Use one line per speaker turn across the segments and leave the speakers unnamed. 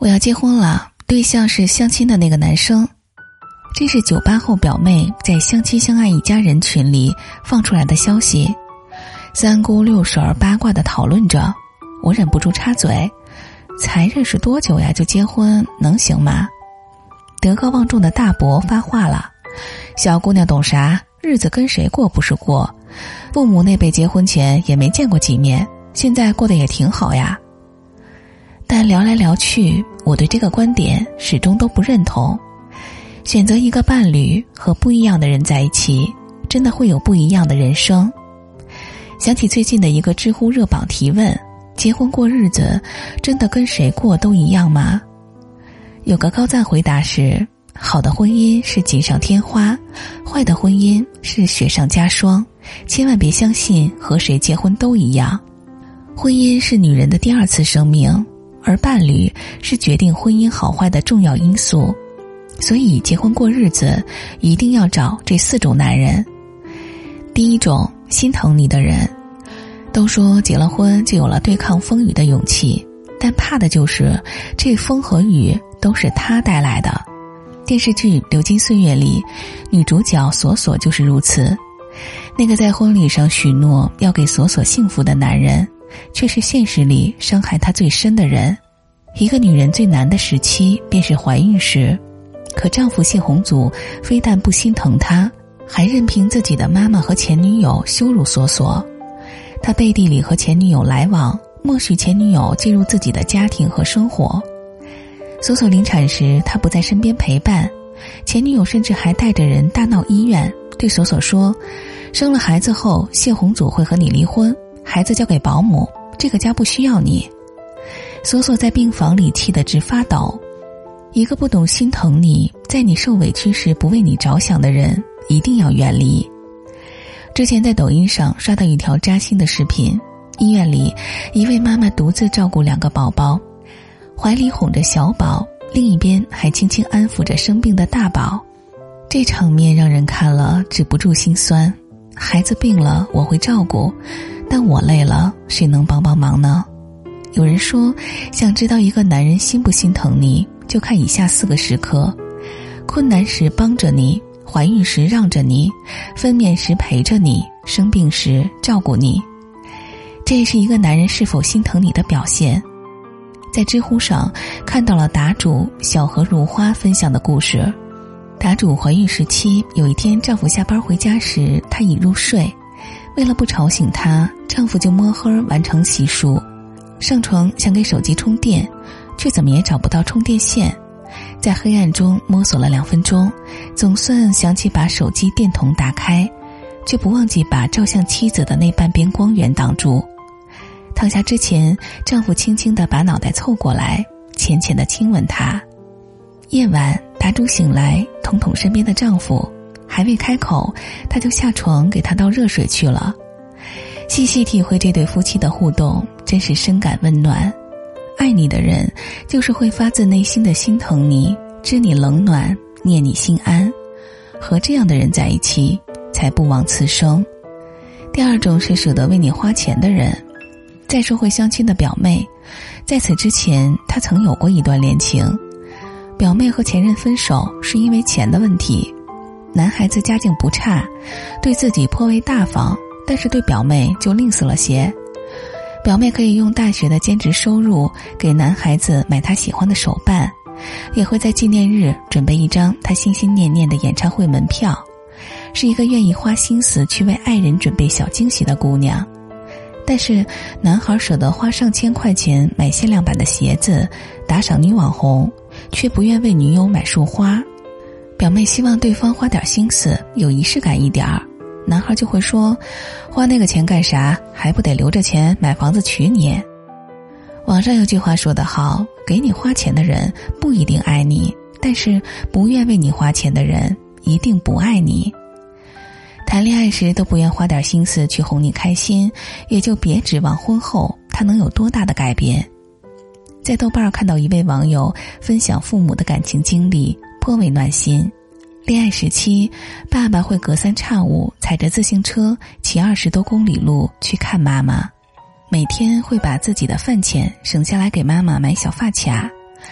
我要结婚了，对象是相亲的那个男生。这是98后表妹在相亲相爱一家人群里放出来的消息，三姑六婶八卦地讨论着，我忍不住插嘴，才认识多久呀就结婚，能行吗？德高望重的大伯发话了，小姑娘懂啥，日子跟谁过不是过，父母那辈结婚前也没见过几面，现在过得也挺好呀。但聊来聊去，我对这个观点始终都不认同。选择一个伴侣和不一样的人在一起，真的会有不一样的人生。想起最近的一个知乎热榜提问，结婚过日子真的跟谁过都一样吗？有个高赞回答是，好的婚姻是锦上添花，坏的婚姻是雪上加霜，千万别相信和谁结婚都一样。婚姻是女人的第二次生命，而伴侣是决定婚姻好坏的重要因素。所以结婚过日子一定要找这4种男人。第一种，心疼你的人。都说结了婚就有了对抗风雨的勇气，但怕的就是这风和雨都是他带来的。电视剧《流金岁月》里，女主角索索就是如此。那个在婚礼上许诺要给索索幸福的男人，却是现实里伤害她最深的人。一个女人最难的时期便是怀孕时，可丈夫谢宏祖非但不心疼她，还任凭自己的妈妈和前女友羞辱索索。他背地里和前女友来往，默许前女友介入自己的家庭和生活。索索临产时，他不在身边陪伴，前女友甚至还带着人大闹医院，对索索说，生了孩子后谢宏祖会和你离婚，孩子交给保姆，这个家不需要你。索索在病房里气得直发抖。一个不懂心疼你，在你受委屈时不为你着想的人，一定要远离。之前在抖音上刷到一条扎心的视频，医院里一位妈妈独自照顾2个宝宝，怀里哄着小宝，另一边还轻轻安抚着生病的大宝。这场面让人看了止不住心酸。孩子病了我会照顾，但我累了谁能帮帮忙呢？有人说，想知道一个男人心不心疼你，就看以下4个时刻：困难时帮着你，怀孕时让着你，分娩时陪着你，生病时照顾你。这是一个男人是否心疼你的表现。在知乎上看到了答主小河如花分享的故事。答主怀孕时期，有一天丈夫下班回家时，她已入睡，为了不吵醒她，丈夫就摸黑完成洗漱，上床想给手机充电，却怎么也找不到充电线。在黑暗中摸索了2分钟，总算想起把手机电筒打开，却不忘记把照向妻子的那半边光源挡住。躺下之前，丈夫轻轻地把脑袋凑过来，浅浅地亲吻她。夜晚，答主醒来，捅捅身边的丈夫，还未开口，他就下床给他倒热水去了。细细体会这对夫妻的互动，真是深感温暖。爱你的人，就是会发自内心的心疼你，知你冷暖，念你心安。和这样的人在一起，才不枉此生。第2种是舍得为你花钱的人。再说回相亲的表妹，在此之前，她曾有过一段恋情。表妹和前任分手是因为钱的问题。男孩子家境不差，对自己颇为大方，但是对表妹就吝啬了些。表妹可以用大学的兼职收入给男孩子买他喜欢的手办，也会在纪念日准备一张他心心念念的演唱会门票，是一个愿意花心思去为爱人准备小惊喜的姑娘。但是男孩舍得花上千块钱买限量版的鞋子，打赏女网红，却不愿为女友买束花。表妹希望对方花点心思，有仪式感一点儿。男孩就会说，花那个钱干啥，还不得留着钱买房子娶你。网上有句话说得好，给你花钱的人不一定爱你，但是不愿为你花钱的人一定不爱你。谈恋爱时都不愿花点心思去哄你开心，也就别指望婚后他能有多大的改变。在豆瓣看到一位网友分享父母的感情经历，颇为暖心。恋爱时期，爸爸会隔三差五踩着自行车骑20多公里路去看妈妈，每天会把自己的饭钱省下来给妈妈买小发卡。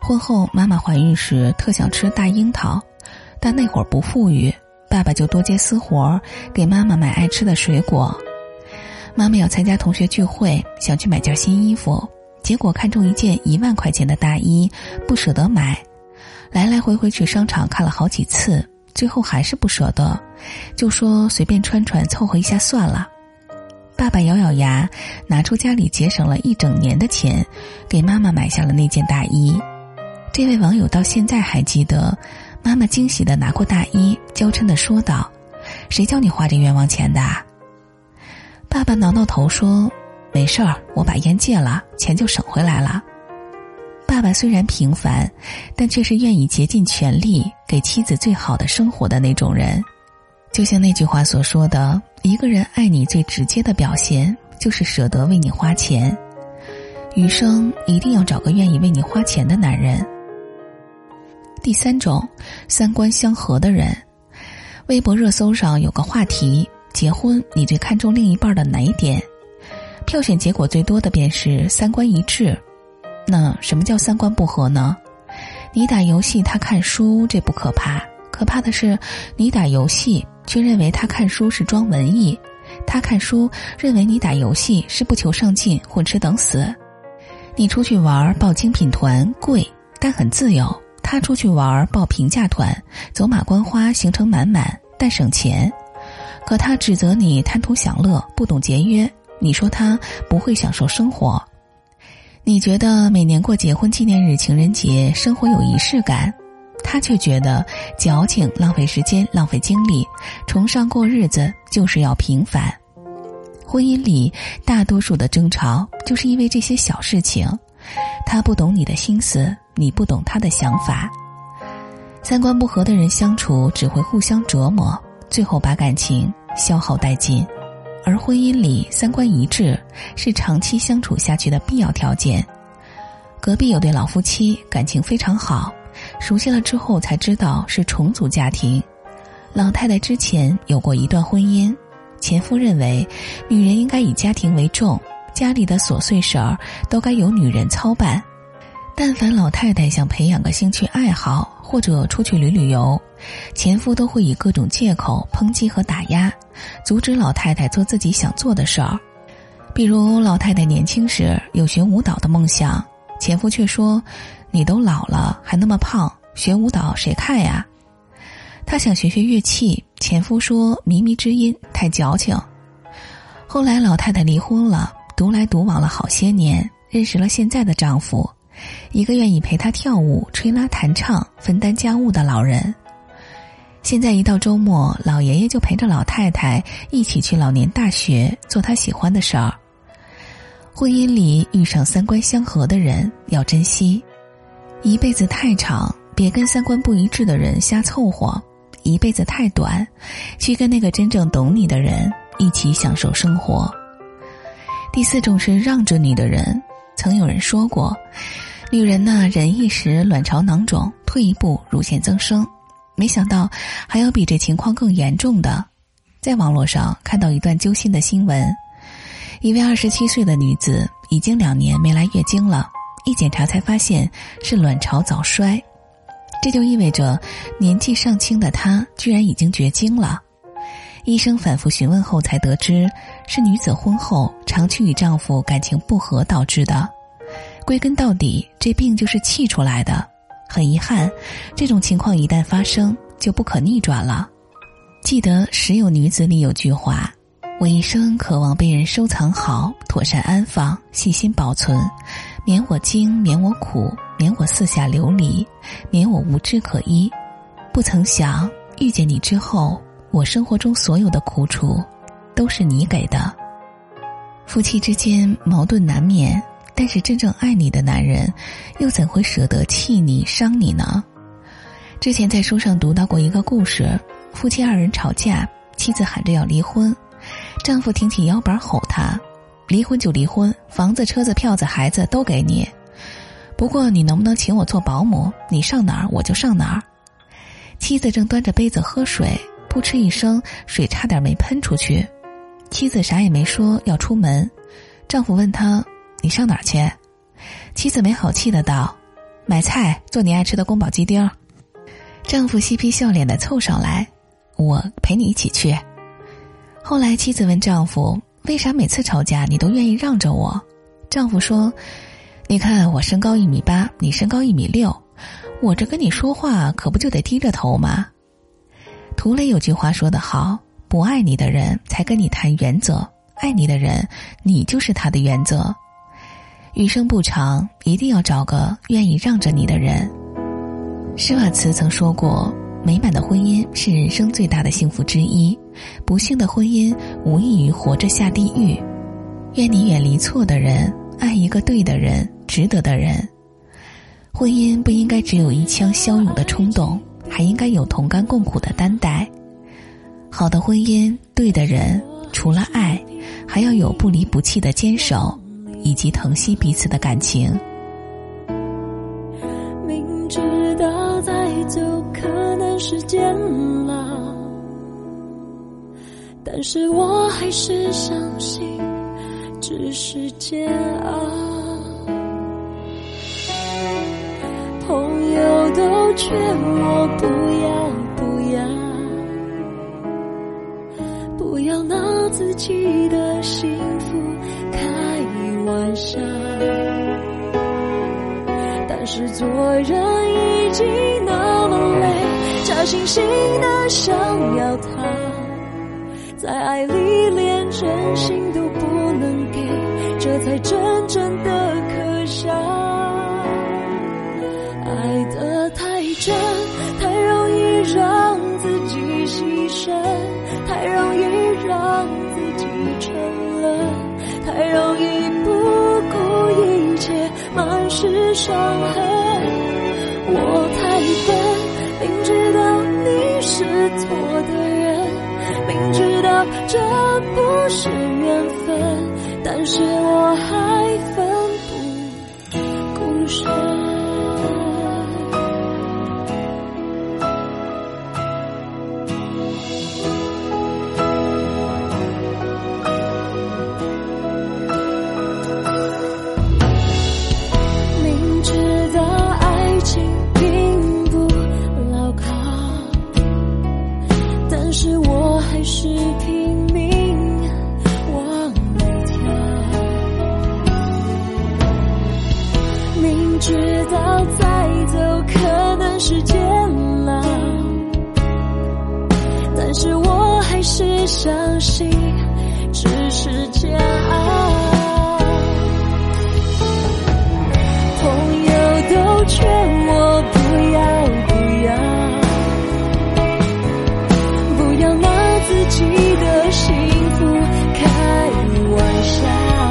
婚后妈妈怀孕时特想吃大樱桃，但那会儿不富裕，爸爸就多接私活，给妈妈买爱吃的水果。妈妈要参加同学聚会，想去买件新衣服，结果看中一件1万块钱的大衣，不舍得买，来来回回去商场看了好几次，最后还是不舍得，就说随便穿穿凑合一下算了。爸爸咬咬牙，拿出家里节省了1整年的钱，给妈妈买下了那件大衣。这位网友到现在还记得，妈妈惊喜地拿过大衣，娇嗔地说道：“谁叫你花这冤枉钱的？”爸爸挠挠头说：“没事儿，我把烟戒了，钱就省回来了。”爸爸虽然平凡，但却是愿意竭尽全力给妻子最好的生活的那种人。就像那句话所说的，一个人爱你最直接的表现，就是舍得为你花钱。余生一定要找个愿意为你花钱的男人。第3种，三观相合的人。微博热搜上有个话题，结婚你最看重另一半的哪一点？票选结果最多的便是三观一致。那什么叫三观不合呢？你打游戏他看书，这不可怕，可怕的是你打游戏却认为他看书是装文艺，他看书认为你打游戏是不求上进，混吃等死。你出去玩报精品团贵，但很自由，他出去玩报平价团，走马观花，行程满满，但省钱。可他指责你贪图享乐，不懂节约，你说他不会享受生活。你觉得每年过结婚纪念日、情人节，生活有仪式感，他却觉得矫情，浪费时间，浪费精力，崇尚过日子就是要平凡。婚姻里大多数的争吵就是因为这些小事情，他不懂你的心思，你不懂他的想法。三观不合的人相处只会互相折磨，最后把感情消耗殆尽。而婚姻里三观一致是长期相处下去的必要条件。隔壁有对老夫妻感情非常好，熟悉了之后才知道是重组家庭。老太太之前有过一段婚姻，前夫认为女人应该以家庭为重，家里的琐碎事儿都该由女人操办。但凡老太太想培养个兴趣爱好，或者出去旅游，前夫都会以各种借口抨击和打压，阻止老太太做自己想做的事儿。比如老太太年轻时有学舞蹈的梦想，前夫却说：“你都老了还那么胖，学舞蹈谁看呀？”她想学乐器，前夫说：“靡靡之音太矫情。”后来老太太离婚了，独来独往了好些年，认识了现在的丈夫，一个愿意陪她跳舞、吹拉弹唱、分担家务的老人。现在一到周末，老爷爷就陪着老太太一起去老年大学，做他喜欢的事儿。婚姻里遇上三观相合的人要珍惜，一辈子太长，别跟三观不一致的人瞎凑合；一辈子太短，去跟那个真正懂你的人一起享受生活。第4种是让着你的人。曾有人说过，女人呢，忍一时卵巢囊肿，退一步乳腺增生。没想到还有比这情况更严重的。在网络上看到一段揪心的新闻，一位27岁的女子已经2年没来月经了，一检查才发现是卵巢早衰。这就意味着年纪尚轻的她居然已经绝经了。医生反复询问后才得知，是女子婚后长期与丈夫感情不和导致的。归根到底，这病就是气出来的。很遗憾，这种情况一旦发生，就不可逆转了。记得《时有女子》里有句话：“我一生渴望被人收藏好，妥善安放，细心保存，免我惊，免我苦，免我四下流离，免我无枝可依。不曾想遇见你之后，我生活中所有的苦楚都是你给的。”夫妻之间矛盾难免，但是真正爱你的男人又怎会舍得气你伤你呢？之前在书上读到过一个故事，夫妻2人吵架，妻子喊着要离婚，丈夫挺起腰板吼他：“离婚就离婚，房子车子票子孩子都给你，不过你能不能请我做保姆，你上哪儿我就上哪儿。”妻子正端着杯子喝水，扑哧一声，水差点没喷出去。妻子啥也没说，要出门。丈夫问她：“你上哪儿去？”妻子没好气的道：“ 买菜做你爱吃的宫保鸡丁。丈夫嬉皮笑脸地凑上来，我陪你一起去。后来妻子问丈夫，为啥每次吵架你都愿意让着我？丈夫说，你看我身高1.8米，你身高1.6米，我这跟你说话可不就得低着头吗？涂磊有句话说得好，不爱你的人才跟你谈原则，爱你的人你就是他的原则。余生不长，一定要找个愿意让着你的人。施瓦茨曾说过，美满的婚姻是人生最大的幸福之一，不幸的婚姻无异于活着下地狱。愿你远离错的人，爱一个对的人，值得的人。婚姻不应该只有一腔骁勇的冲动，还应该有同甘共苦的担待。好的婚姻，对的人，除了爱，还要有不离不弃的坚守，以及疼惜彼此的感情。
明知道再走可能是监牢，但是我还是相信只是煎熬。朋友都劝我不要拿自己的幸福开玩笑，但是做人已经那么累，假惺惺的想要他，在爱里连真心都不能给，这才真正的可笑。爱得太真，太容易让自己牺牲，太容易让自己沉沦，太容易不顾一切，满是伤痕。我太笨，明知道你是错的人，明知道这不是缘分，但是我还奋不顾身。还是拼命往里跳，明知道再走可能是监牢，但是我还是相信只是煎熬。朋友都劝我不要自己的幸福开玩笑，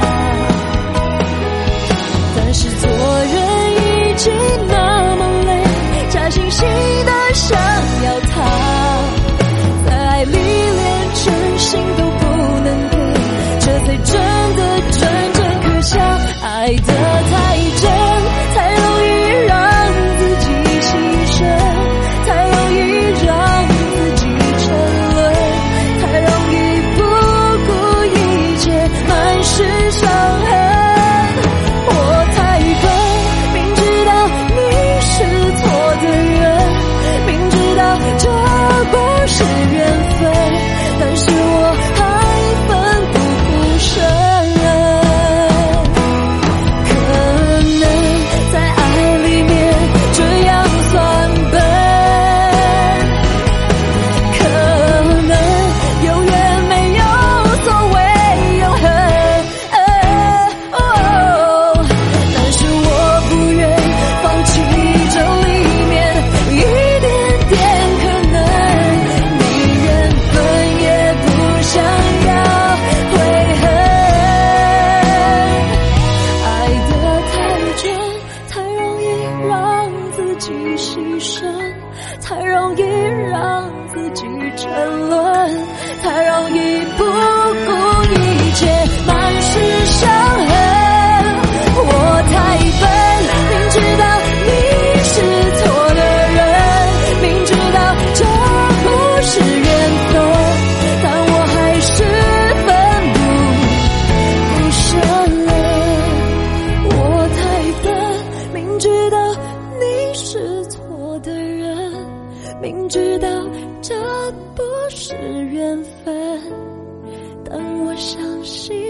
但是做人已经那么累，假惺惺的想要他，在爱里连真心都不能给，这才真正可笑。爱得太真，太容易让自己牺牲，太容易让自己沉沦，太容易不顾一切，满是伤痕。我太笨，明知道你是错的人，明知道这不是缘分，但是我还奋不顾身。可能在爱里面这样算笨，可能永远没有所谓永恒，但是我不愿放弃这里面一点点可能，你原本也不想要悔恨。爱得太真，太容易让自己牺牲，太容易让自己沉沦，太容易不顾一切，满是伤痕。我太笨，明知道你是错的人，明知道这不是缘分，但我还是奋不顾身。我太笨，明知道是错的人，明知道这不是缘分，但我相信